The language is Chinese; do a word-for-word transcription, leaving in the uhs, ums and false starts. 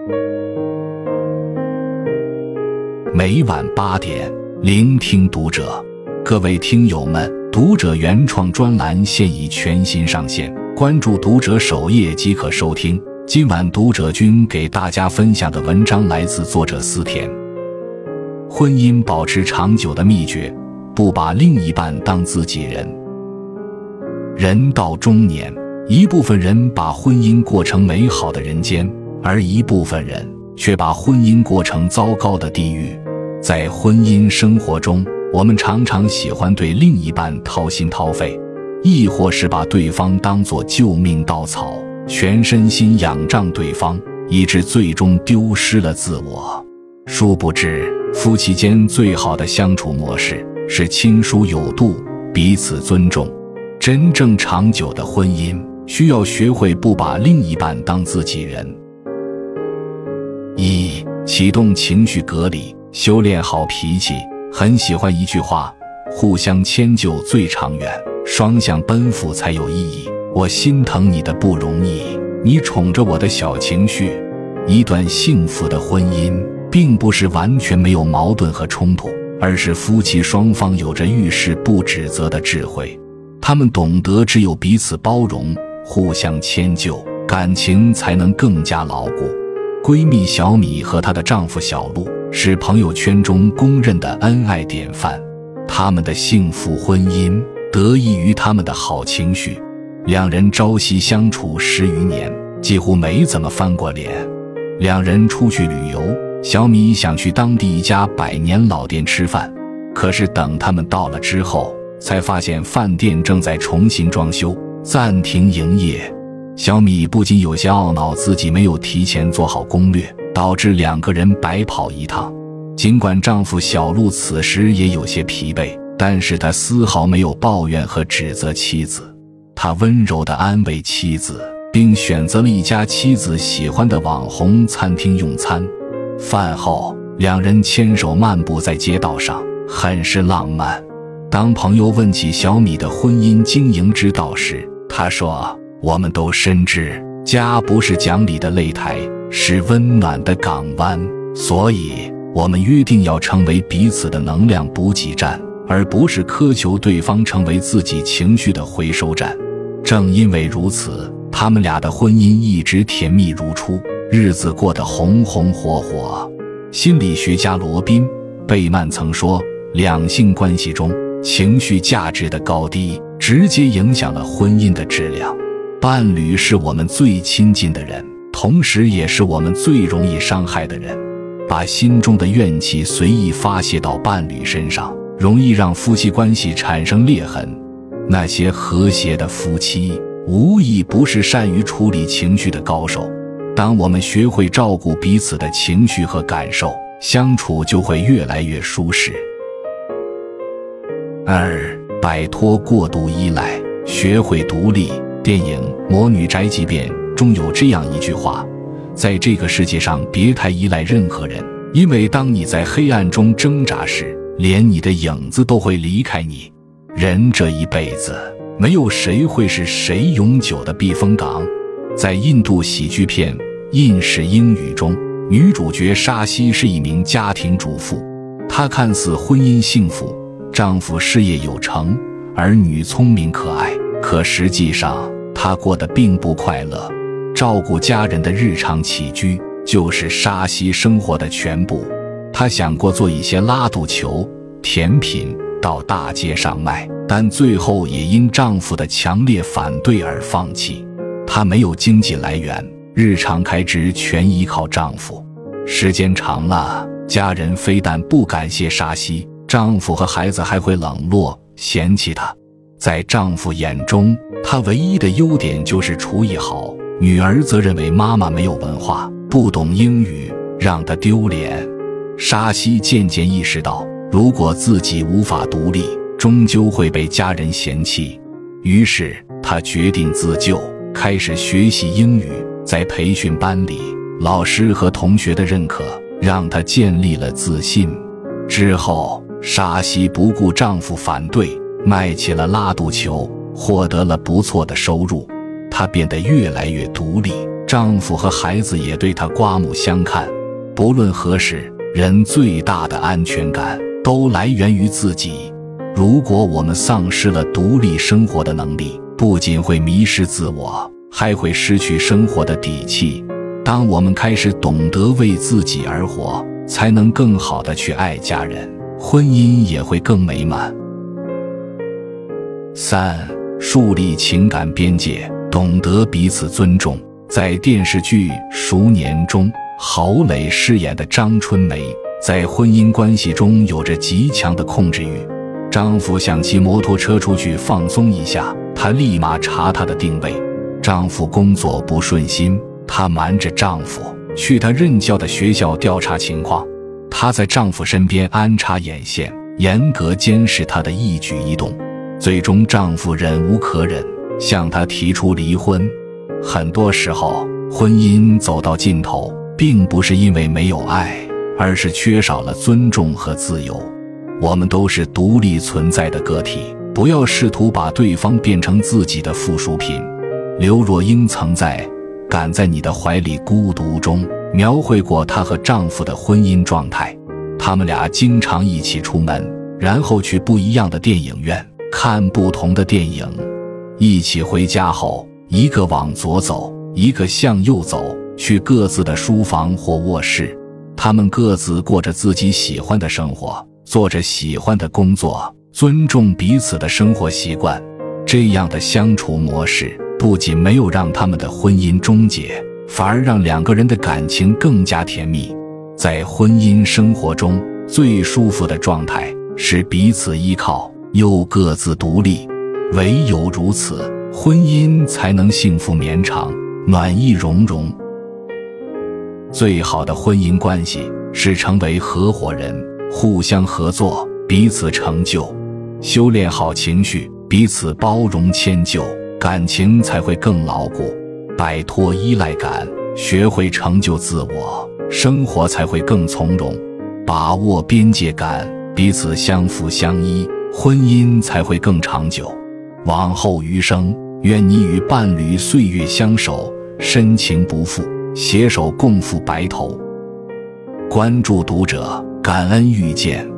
每晚八点，聆听读者。各位听友们，读者原创专栏现已全新上线，关注读者首页即可收听。今晚读者君给大家分享的文章来自作者思田。婚姻保持长久的秘诀，不把另一半当自己人。人到中年，一部分人把婚姻过成美好的人间，而一部分人却把婚姻过成糟糕的地狱。在婚姻生活中，我们常常喜欢对另一半掏心掏肺，亦或是把对方当作救命稻草，全身心仰仗对方，以致最终丢失了自我。殊不知，夫妻间最好的相处模式是亲疏有度，彼此尊重。真正长久的婚姻需要学会不把另一半当自己人。一、启动情绪隔离，修炼好脾气。很喜欢一句话，互相迁就最长远，双向奔赴才有意义。我心疼你的不容易，你宠着我的小情绪。一段幸福的婚姻并不是完全没有矛盾和冲突，而是夫妻双方有着遇事不指责的智慧。他们懂得只有彼此包容，互相迁就，感情才能更加牢固。闺蜜小米和她的丈夫小陆是朋友圈中公认的恩爱典范，他们的幸福婚姻得益于他们的好情绪。两人朝夕相处十余年，几乎没怎么翻过脸。两人出去旅游，小米想去当地一家百年老店吃饭，可是等他们到了之后，才发现饭店正在重新装修，暂停营业。小米不禁有些懊恼自己没有提前做好攻略，导致两个人白跑一趟。尽管丈夫小陆此时也有些疲惫，但是他丝毫没有抱怨和指责妻子，他温柔地安慰妻子，并选择了一家妻子喜欢的网红餐厅用餐。饭后，两人牵手漫步在街道上，很是浪漫。当朋友问起小米的婚姻经营之道时，他说，我们都深知家不是讲理的擂台，是温暖的港湾，所以我们约定要成为彼此的能量补给站，而不是苛求对方成为自己情绪的回收站。正因为如此，他们俩的婚姻一直甜蜜如初，日子过得红红火火。心理学家罗宾·贝曼曾说，两性关系中情绪价值的高低直接影响了婚姻的质量。伴侣是我们最亲近的人，同时也是我们最容易伤害的人。把心中的怨气随意发泄到伴侣身上，容易让夫妻关系产生裂痕。那些和谐的夫妻，无疑不是善于处理情绪的高手。当我们学会照顾彼此的情绪和感受，相处就会越来越舒适。二、摆脱过度依赖，学会独立。电影《魔女宅急便》中有这样一句话，在这个世界上别太依赖任何人，因为当你在黑暗中挣扎时，连你的影子都会离开你。人这一辈子，没有谁会是谁永久的避风港。在印度喜剧片《印式英语》中，女主角莎西是一名家庭主妇，她看似婚姻幸福，丈夫事业有成，儿女聪明可爱，可实际上她过得并不快乐。照顾家人的日常起居就是莎西生活的全部。她想过做一些拉肚球、甜品到大街上卖，但最后也因丈夫的强烈反对而放弃。她没有经济来源，日常开支全依靠丈夫。时间长了，家人非但不感谢莎西，丈夫和孩子还会冷落、嫌弃她。在丈夫眼中，她唯一的优点就是厨艺好，女儿则认为妈妈没有文化，不懂英语，让她丢脸。莎西渐渐意识到，如果自己无法独立，终究会被家人嫌弃。于是她决定自救，开始学习英语。在培训班里，老师和同学的认可让她建立了自信。之后，莎西不顾丈夫反对，卖起了拉肚球，获得了不错的收入。她变得越来越独立， 丈夫和孩子也对她刮目相看。不论何时，人最大的安全感都来源于自己。如果我们丧失了独立生活的能力，不仅会迷失自我，还会失去生活的底气。当我们开始懂得为自己而活，才能更好地去爱家人，婚姻也会更美满。三、树立情感边界，懂得彼此尊重。在电视剧《熟年》中，郝蕾饰演的张春梅在婚姻关系中有着极强的控制欲。丈夫想骑摩托车出去放松一下，她立马查他的定位。丈夫工作不顺心，她瞒着丈夫去他任教的学校调查情况。她在丈夫身边安插眼线，严格监视他的一举一动。最终丈夫忍无可忍，向她提出离婚。很多时候，婚姻走到尽头，并不是因为没有爱，而是缺少了尊重和自由。我们都是独立存在的个体，不要试图把对方变成自己的附属品。刘若英曾在《赶在你的怀里孤独》中描绘过她和丈夫的婚姻状态。他们俩经常一起出门，然后去不一样的电影院看不同的电影。一起回家后，一个往左走，一个向右走，去各自的书房或卧室。他们各自过着自己喜欢的生活，做着喜欢的工作，尊重彼此的生活习惯。这样的相处模式不仅没有让他们的婚姻终结，反而让两个人的感情更加甜蜜。在婚姻生活中，最舒服的状态是彼此依靠，又各自独立。唯有如此，婚姻才能幸福绵长，暖意融融。最好的婚姻关系是成为合伙人，互相合作，彼此成就。修炼好情绪，彼此包容迁就，感情才会更牢固。摆脱依赖感，学会成就自我，生活才会更从容。把握边界感，彼此相扶相依，婚姻才会更长久。往后余生，愿你与伴侣岁月相守，深情不负，携手共赴白头。关注读者，感恩遇见。